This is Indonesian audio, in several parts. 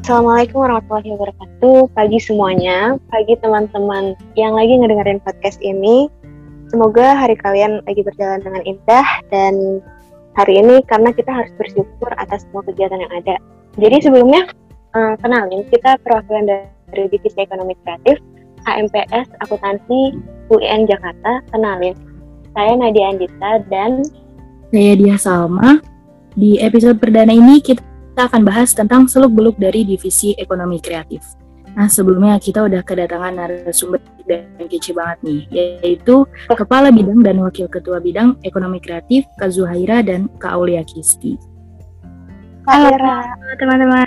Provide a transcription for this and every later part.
Assalamualaikum warahmatullahi wabarakatuh. Pagi semuanya, pagi teman-teman yang lagi ngedengerin podcast ini. Semoga hari kalian lagi berjalan dengan indah dan hari ini karena kita harus bersyukur atas semua kegiatan yang ada. Jadi sebelumnya, kenalin, kita perwakilan dari Divisi Ekonomi Kreatif, HMPS Akuntansi UIN Jakarta. Kenalin, saya Nadia Andita dan saya Dia Salma. Di episode perdana ini kita akan bahas tentang seluk-beluk dari Divisi Ekonomi Kreatif. Nah, sebelumnya kita udah kedatangan narasumber dan kece banget nih, yaitu Kepala Bidang dan Wakil Ketua Bidang Ekonomi Kreatif, Kak Zuhaira dan Kak Aulia Kisti. Halo teman-teman.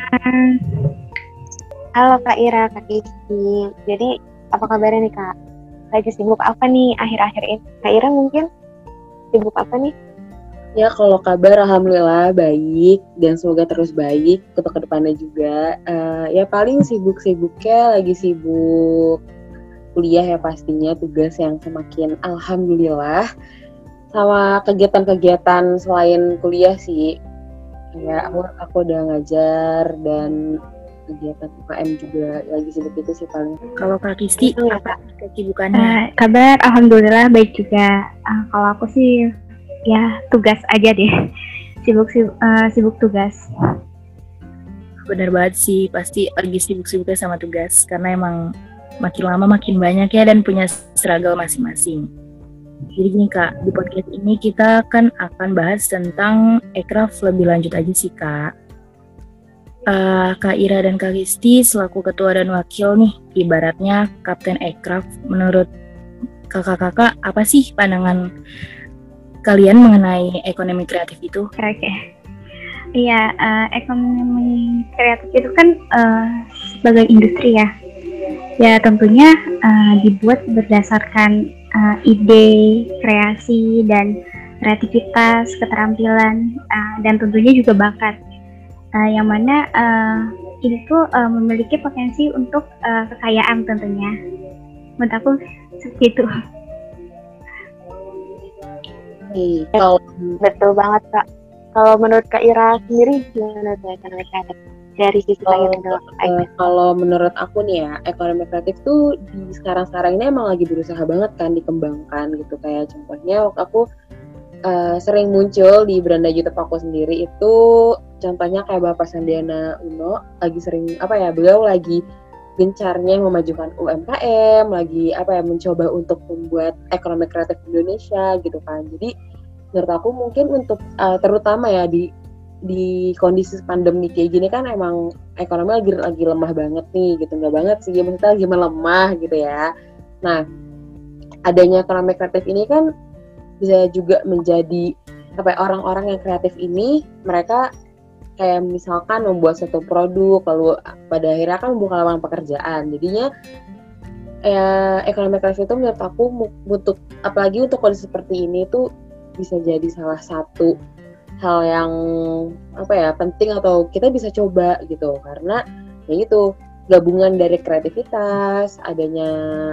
Halo Kak Ira, Kak Kisti. Jadi apa kabarnya nih Kak? Lagi sibuk apa nih akhir-akhir ini? Kak Ira mungkin sibuk apa nih? Ya, kalau kabar alhamdulillah baik dan semoga terus baik untuk kedepannya juga. Ya paling sibuk-sibuknya lagi sibuk kuliah ya pastinya, tugas yang semakin alhamdulillah, sama kegiatan-kegiatan selain kuliah sih. Ya aku udah ngajar dan kegiatan UKM juga lagi sibuk itu sih paling. Kalau Kak Kisti apa kesibukannya? Kabar alhamdulillah baik juga. Kalau aku sih ya tugas aja deh, sibuk tugas. Bener banget sih, pasti lagi sibuk-sibuknya sama tugas karena emang makin lama makin banyak ya dan punya struggle masing-masing. Jadi gini Kak, di podcast ini kita akan bahas tentang Ekraf lebih lanjut aja sih Kak. Kak Ira dan Kak Kisti selaku ketua dan wakil nih, ibaratnya Kapten Ekraf, menurut kakak-kakak apa sih pandangan kalian mengenai ekonomi kreatif itu? Oke. Iya, ekonomi kreatif itu kan sebagai industri ya. Ya tentunya dibuat berdasarkan ide, kreasi, dan kreativitas, keterampilan, dan tentunya juga bakat. Yang mana ini tuh memiliki potensi untuk kekayaan tentunya. Menurut aku seperti itu. Kalau betul banget Kak. Kalau menurut Kak Ira sendiri gimana tuh ekonomi kreatif dari sisi Kak Ira? Kalau menurut aku nih ya, ekonomi kreatif tuh di sekarang-sekarang ini emang lagi berusaha banget kan dikembangkan gitu. Kayak contohnya waktu aku sering muncul di beranda YouTube aku sendiri itu, contohnya kayak Bapak Sandiaga Uno lagi sering beliau lagi gencarnya memajukan UMKM, lagi mencoba untuk membuat ekonomi kreatif Indonesia gitu kan. Jadi menurut aku mungkin untuk terutama ya di kondisi pandemi kayak gini kan emang ekonomi lagi lemah banget nih gitu, nggak banget sih, maksudnya lagi melemah gitu ya. Nah, adanya ekonomi kreatif ini kan bisa juga menjadi orang-orang yang kreatif ini mereka kayak misalkan membuat satu produk lalu pada akhirnya kan membuka lapangan pekerjaan. Jadinya ekonomi kreatif itu menurut aku untuk apalagi untuk kondisi seperti ini tuh bisa jadi salah satu hal yang penting atau kita bisa coba gitu, karena ya itu gabungan dari kreativitas, adanya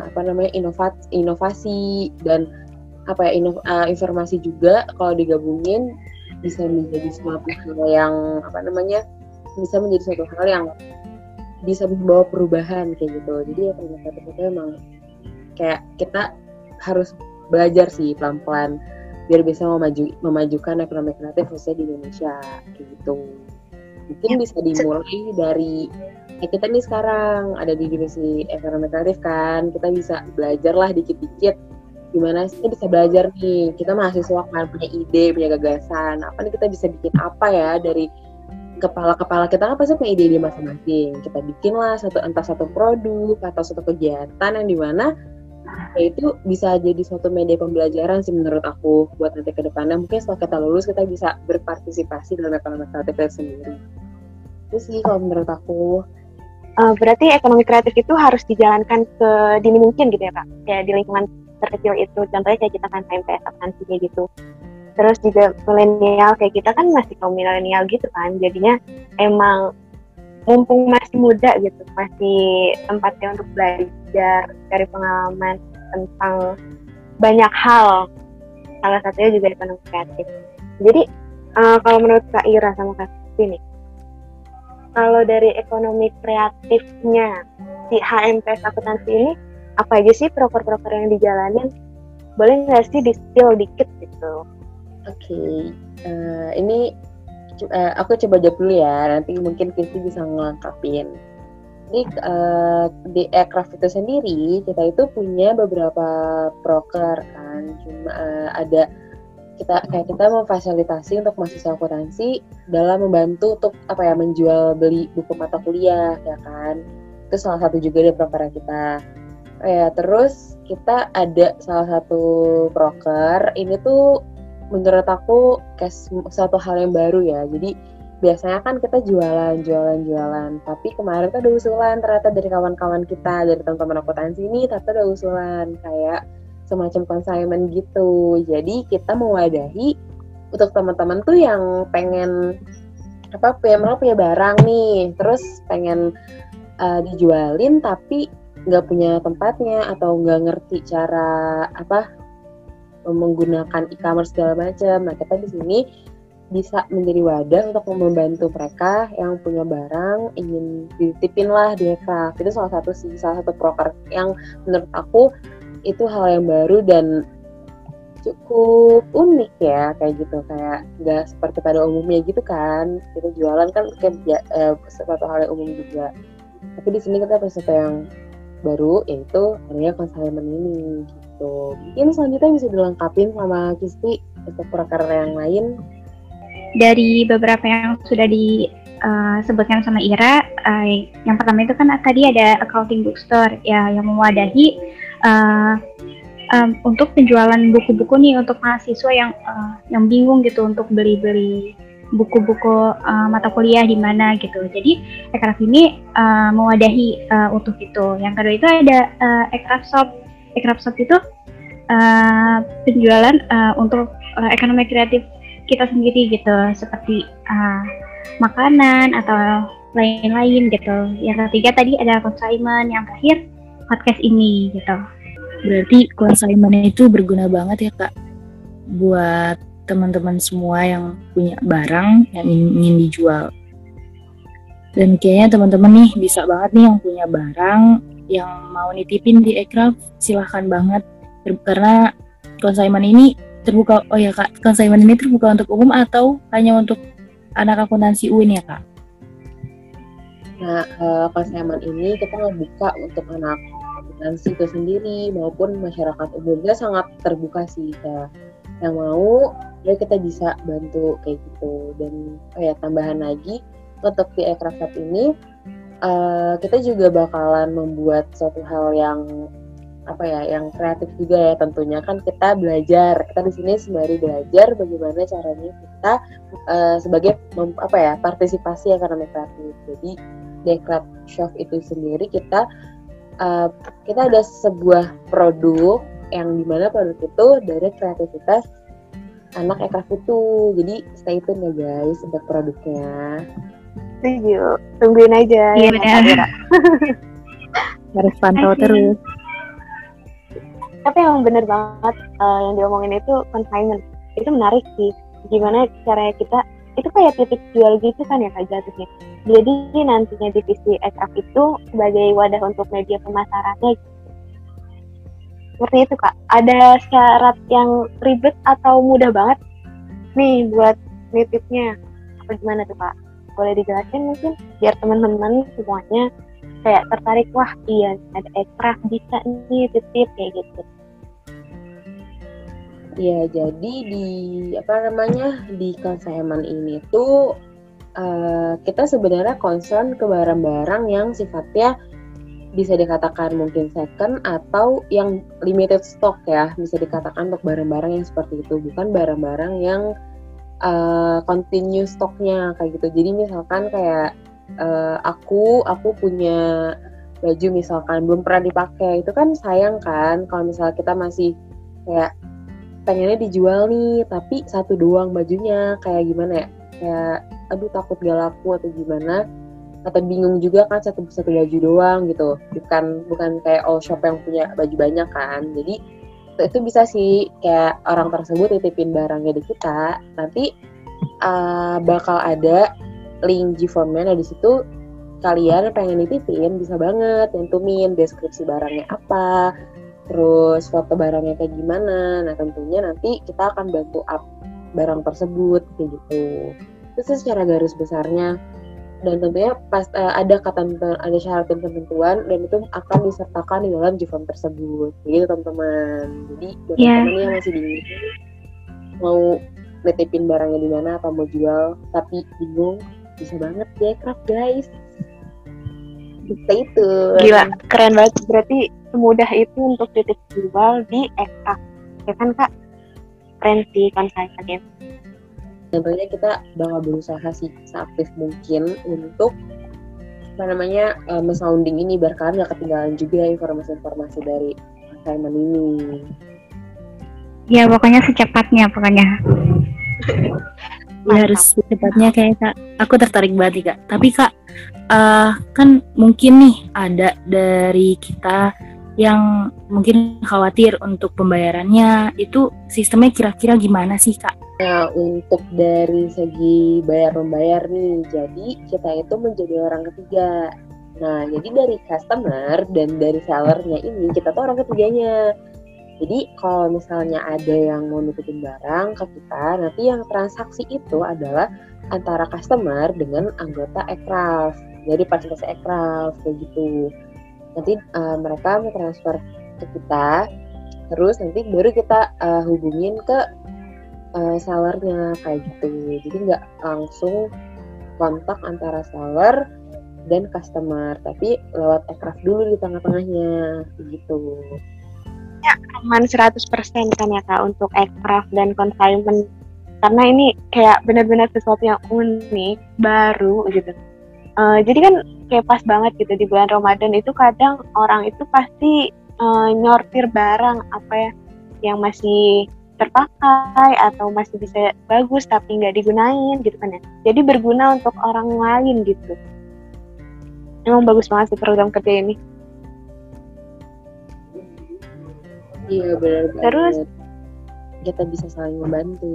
inovasi dan informasi juga kalau digabungin bisa menjadi suatu hal yang bisa menjadi suatu hal yang bisa membawa perubahan kayak gitu. Jadi ekonomi kreatif itu emang kayak kita harus belajar sih pelan-pelan biar bisa memajukan ekonomi kreatif khususnya di Indonesia kayak gitu. Mungkin bisa dimulai dari kita nih sekarang ada di divisi ekonomi kreatif kan, kita bisa belajar lah dikit-dikit gimana sih kita bisa belajar nih, kita mahasiswa kan punya ide, punya gagasan, apa nih kita bisa bikin apa ya dari kepala kita kan pasti punya ide masing-masing, kita bikin lah entah satu produk atau satu kegiatan yang dimana ya itu bisa jadi suatu media pembelajaran sih menurut aku buat nanti ke depannya. Mungkin setelah kita lulus kita bisa berpartisipasi dalam ekonomi kreatif itu sendiri. Itu sih kalau menurut aku. Berarti ekonomi kreatif itu harus dijalankan sedini mungkin gitu ya Kak? Kayak di lingkungan terkecil itu, contohnya kayak kita kan HMPS akuntansi kayak gitu. Terus juga milenial kayak kita kan masih kaum milenial gitu kan, jadinya emang mumpung masih muda gitu, masih tempatnya untuk belajar dari pengalaman tentang banyak hal, salah satunya juga ekonomi kreatif. Jadi kalau menurut Kak Ira sama Kak Kisti nih, kalau dari ekonomi kreatifnya si HMPS akuntansi ini, apa aja sih proker-proker yang dijalanin? Boleh nggak sih di-spill dikit gitu? Oke, ini aku coba jawab dulu ya, nanti mungkin Kristi bisa ngelengkapin. Ini di aircraft itu sendiri, kita itu punya beberapa proker kan, cuma ada kita memfasilitasi untuk mahasiswa akuntansi dalam membantu untuk menjual beli buku mata kuliah ya kan, itu salah satu juga dari proker kita. Terus kita ada salah satu proker ini tuh menurut aku kayak suatu hal yang baru ya. Jadi biasanya kan kita jualan, tapi kemarin tuh ada usulan ternyata dari kawan-kawan kita, dari teman-teman akuntansi ini ternyata ada usulan kayak semacam consignment gitu. Jadi kita mewadahi untuk teman-teman tuh yang pengen punya barang nih, terus pengen dijualin tapi nggak punya tempatnya atau nggak ngerti cara menggunakan e-commerce segala macam. Nah, kita di sini bisa menjadi wadah untuk membantu mereka yang punya barang ingin dititipin lah di aircraft. Itu salah satu proker yang menurut aku itu hal yang baru dan cukup unik ya, kayak gitu, kayak nggak seperti pada umumnya gitu kan. Kita jualan kan kayak sesuatu hal yang umum juga. Tapi di sini kita punya sesuatu yang baru, yaitu adanya consignment ini gitu. Mungkin selanjutnya bisa dilengkapin sama Kisti untuk proker yang lain. Dari beberapa yang sudah disebutkan sama Ira, yang pertama itu kan tadi ada accounting bookstore ya, yang mewadahi untuk penjualan buku-buku nih untuk mahasiswa yang bingung gitu untuk beli buku-buku mata kuliah di mana gitu. Jadi Aircraft ini mewadahi untuk itu. Yang kedua itu ada Aircraft Shop. Aircraft Shop itu penjualan untuk ekonomi kreatif kita sendiri gitu, seperti makanan atau lain-lain gitu. Yang ketiga tadi ada consignment, yang terakhir podcast ini gitu. Berarti consignment itu berguna banget ya Kak buat teman-teman semua yang punya barang yang ingin dijual. Dan kayaknya teman-teman nih bisa banget nih yang punya barang yang mau nitipin di Aircraft, silahkan banget. Karena consignment ini terbuka, oh ya Kak, consignment ini terbuka untuk umum atau hanya untuk anak akuntansi UIN ya Kak? Nah, consignment ini kita ngebuka untuk anak akuntansi itu sendiri maupun masyarakat umumnya, sangat terbuka sih, kayak yang mau ya kita bisa bantu kayak gitu. Dan tambahan lagi untuk di Aircraft Shop ini kita juga bakalan membuat suatu hal yang yang kreatif juga ya. Tentunya kan kita di sini sembari belajar bagaimana caranya kita sebagai partisipasi ekonomi kreatif. Jadi di Aircraft Shop itu sendiri kita ada sebuah produk yang dimana produk itu dari kreativitas anak Aircraft itu. Jadi stay tune ya guys untuk produknya. Setuju, tungguin aja. Iya benar. Harus pantau terus. Tapi emang bener banget yang diomongin itu consignment. Itu menarik sih. Gimana caranya kita, itu kayak titik jual gitu kan ya Kak jatuhnya. Jadi nantinya divisi Aircraft itu sebagai wadah untuk media pemasarannya. Seperti itu Kak. Ada syarat yang ribet atau mudah banget nih buat nitipnya? Apa gimana tuh Kak? Boleh dijelasin mungkin biar teman-teman semuanya kayak tertarik, wah iya ada Aircraft bisa nih titip kayak gitu. Ya, jadi di consignment ini tuh kita sebenarnya concern ke barang-barang yang sifatnya bisa dikatakan mungkin second atau yang limited stock ya, bisa dikatakan untuk barang-barang yang seperti itu, bukan barang-barang yang continue stoknya kayak gitu. Jadi misalkan kayak aku punya baju misalkan belum pernah dipakai, itu kan sayang kan kalau misalnya kita masih kayak pengennya dijual nih tapi satu doang bajunya, kayak gimana ya, kayak aduh takut gak laku atau gimana, atau bingung juga kan satu baju doang gitu, bukan kayak all shop yang punya baju banyak kan. Jadi itu bisa sih kayak orang tersebut titipin barangnya di kita, nanti bakal ada link G-Formnya. Nah di situ kalian pengen nitipin bisa banget nyantumin deskripsi barangnya apa, terus foto barangnya kayak gimana. Nah tentunya nanti kita akan bantu up barang tersebut kayak gitu. Itu secara garis besarnya. Dan tentunya ada syarat dan ketentuan dan itu akan disertakan di dalam G-Form tersebut. Gitu teman-teman. Jadi buat teman-teman yang masih bingung mau nitipin barangnya di mana atau mau jual tapi bingung, bisa banget di Aircraft guys. Stay tune. Gila, keren banget. Berarti semudah itu untuk titip jual di Aircraft. Ya kan Kak? Keren sih konsultannya. Tentunya kita bakal berusaha sih seaktif mungkin untuk sounding ini biar kalian gak ketinggalan juga informasi-informasi dari assignment ini. Ya pokoknya secepatnya pokoknya. Ya harus secepatnya kayak Kak. Aku tertarik banget nih Kak. Tapi Kak, kan mungkin nih ada dari kita yang mungkin khawatir untuk pembayarannya, itu sistemnya kira-kira gimana sih Kak? Nah, untuk dari segi bayar-membayar nih, jadi kita itu menjadi orang ketiga. Nah, jadi dari customer dan dari sellernya ini, kita tuh orang ketiganya. Jadi, kalau misalnya ada yang mau nitipin barang ke kita, nanti yang transaksi itu adalah antara customer dengan anggota Aircraft. Jadi, fasilitas Aircraft, kayak gitu. Nanti mereka mau transfer ke kita, terus nanti baru kita hubungin ke sellernya kayak gitu. Jadi nggak langsung kontak antara seller dan customer, tapi lewat Aircraft dulu di tengah-tengahnya gitu. Ya, aman 100% kan ya Kak untuk Aircraft dan consignment. Karena ini kayak benar-benar sesuatu yang unik, baru gitu. Jadi kan kayak pas banget gitu di bulan Ramadan itu kadang orang itu pasti nyortir barang apa ya yang masih terpakai atau masih bisa bagus tapi nggak digunain gitu kan ya. Jadi berguna untuk orang lain gitu. Emang bagus banget sih program kerja ini. Iya benar banget. Terus kita bisa saling membantu.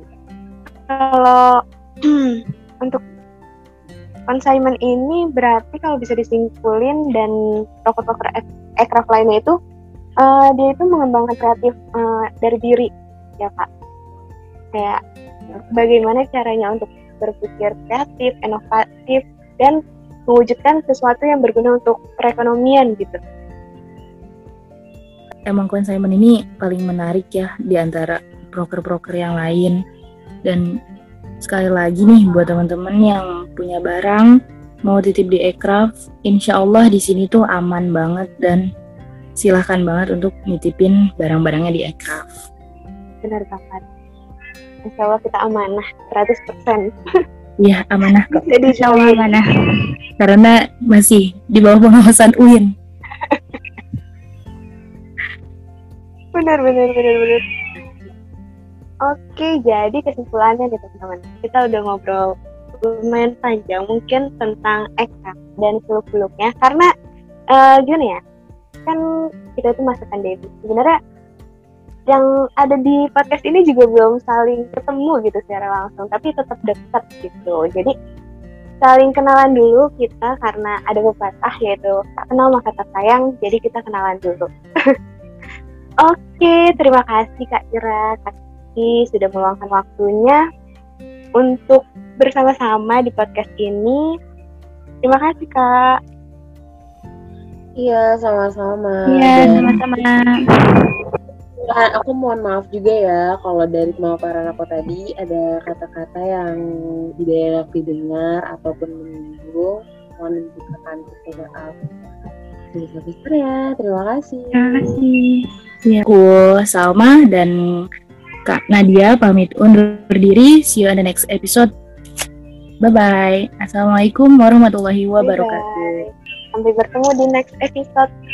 Kalau untuk consignment ini berarti kalau bisa disimpulin dan toko-toko Aircraft lainnya itu dia itu mengembangkan kreatif dari diri ya Kak. Kayak bagaimana caranya untuk berpikir kreatif, inovatif dan mewujudkan sesuatu yang berguna untuk perekonomian gitu. Emang consignment ini paling menarik ya di antara broker-broker yang lain. Dan sekali lagi nih buat teman-teman yang punya barang mau titip di Aircraft, insya Allah di sini tuh aman banget dan silahkan banget untuk nitipin barang-barangnya di Aircraft. Benar banget. Insya Allah kita amanah 100%. Iya amanah kok. Jadi Insya Allah amanah. Karena masih di bawah pengawasan UIN. Benar. Oke, jadi kesimpulannya nih teman-teman. Kita udah ngobrol lumayan panjang mungkin tentang Aircraft dan seluk-beluknya. Karena gimana ya, kan kita itu masa pandemi. Sebenarnya yang ada di podcast ini juga belum saling ketemu gitu secara langsung, tapi tetap dekat gitu. Jadi saling kenalan dulu kita karena ada pepatah yaitu tak kenal maka tak sayang, jadi kita kenalan dulu. Oke, terima kasih Kak Ira, Kak Kiki sudah meluangkan waktunya untuk bersama-sama di podcast ini. Terima kasih Kak. Iya, sama-sama. Iya, sama-sama. Aku mohon maaf juga ya kalau dari pemaparan aku tadi ada kata-kata yang tidak enak didengar ataupun menyinggung. Mohon dibukakan maaf. Terima kasih. Terima kasih. Ya, aku Salma dan Kak Nadia pamit undur diri. See you on the next episode. Bye-bye. Assalamualaikum warahmatullahi wabarakatuh. Sampai bertemu di next episode.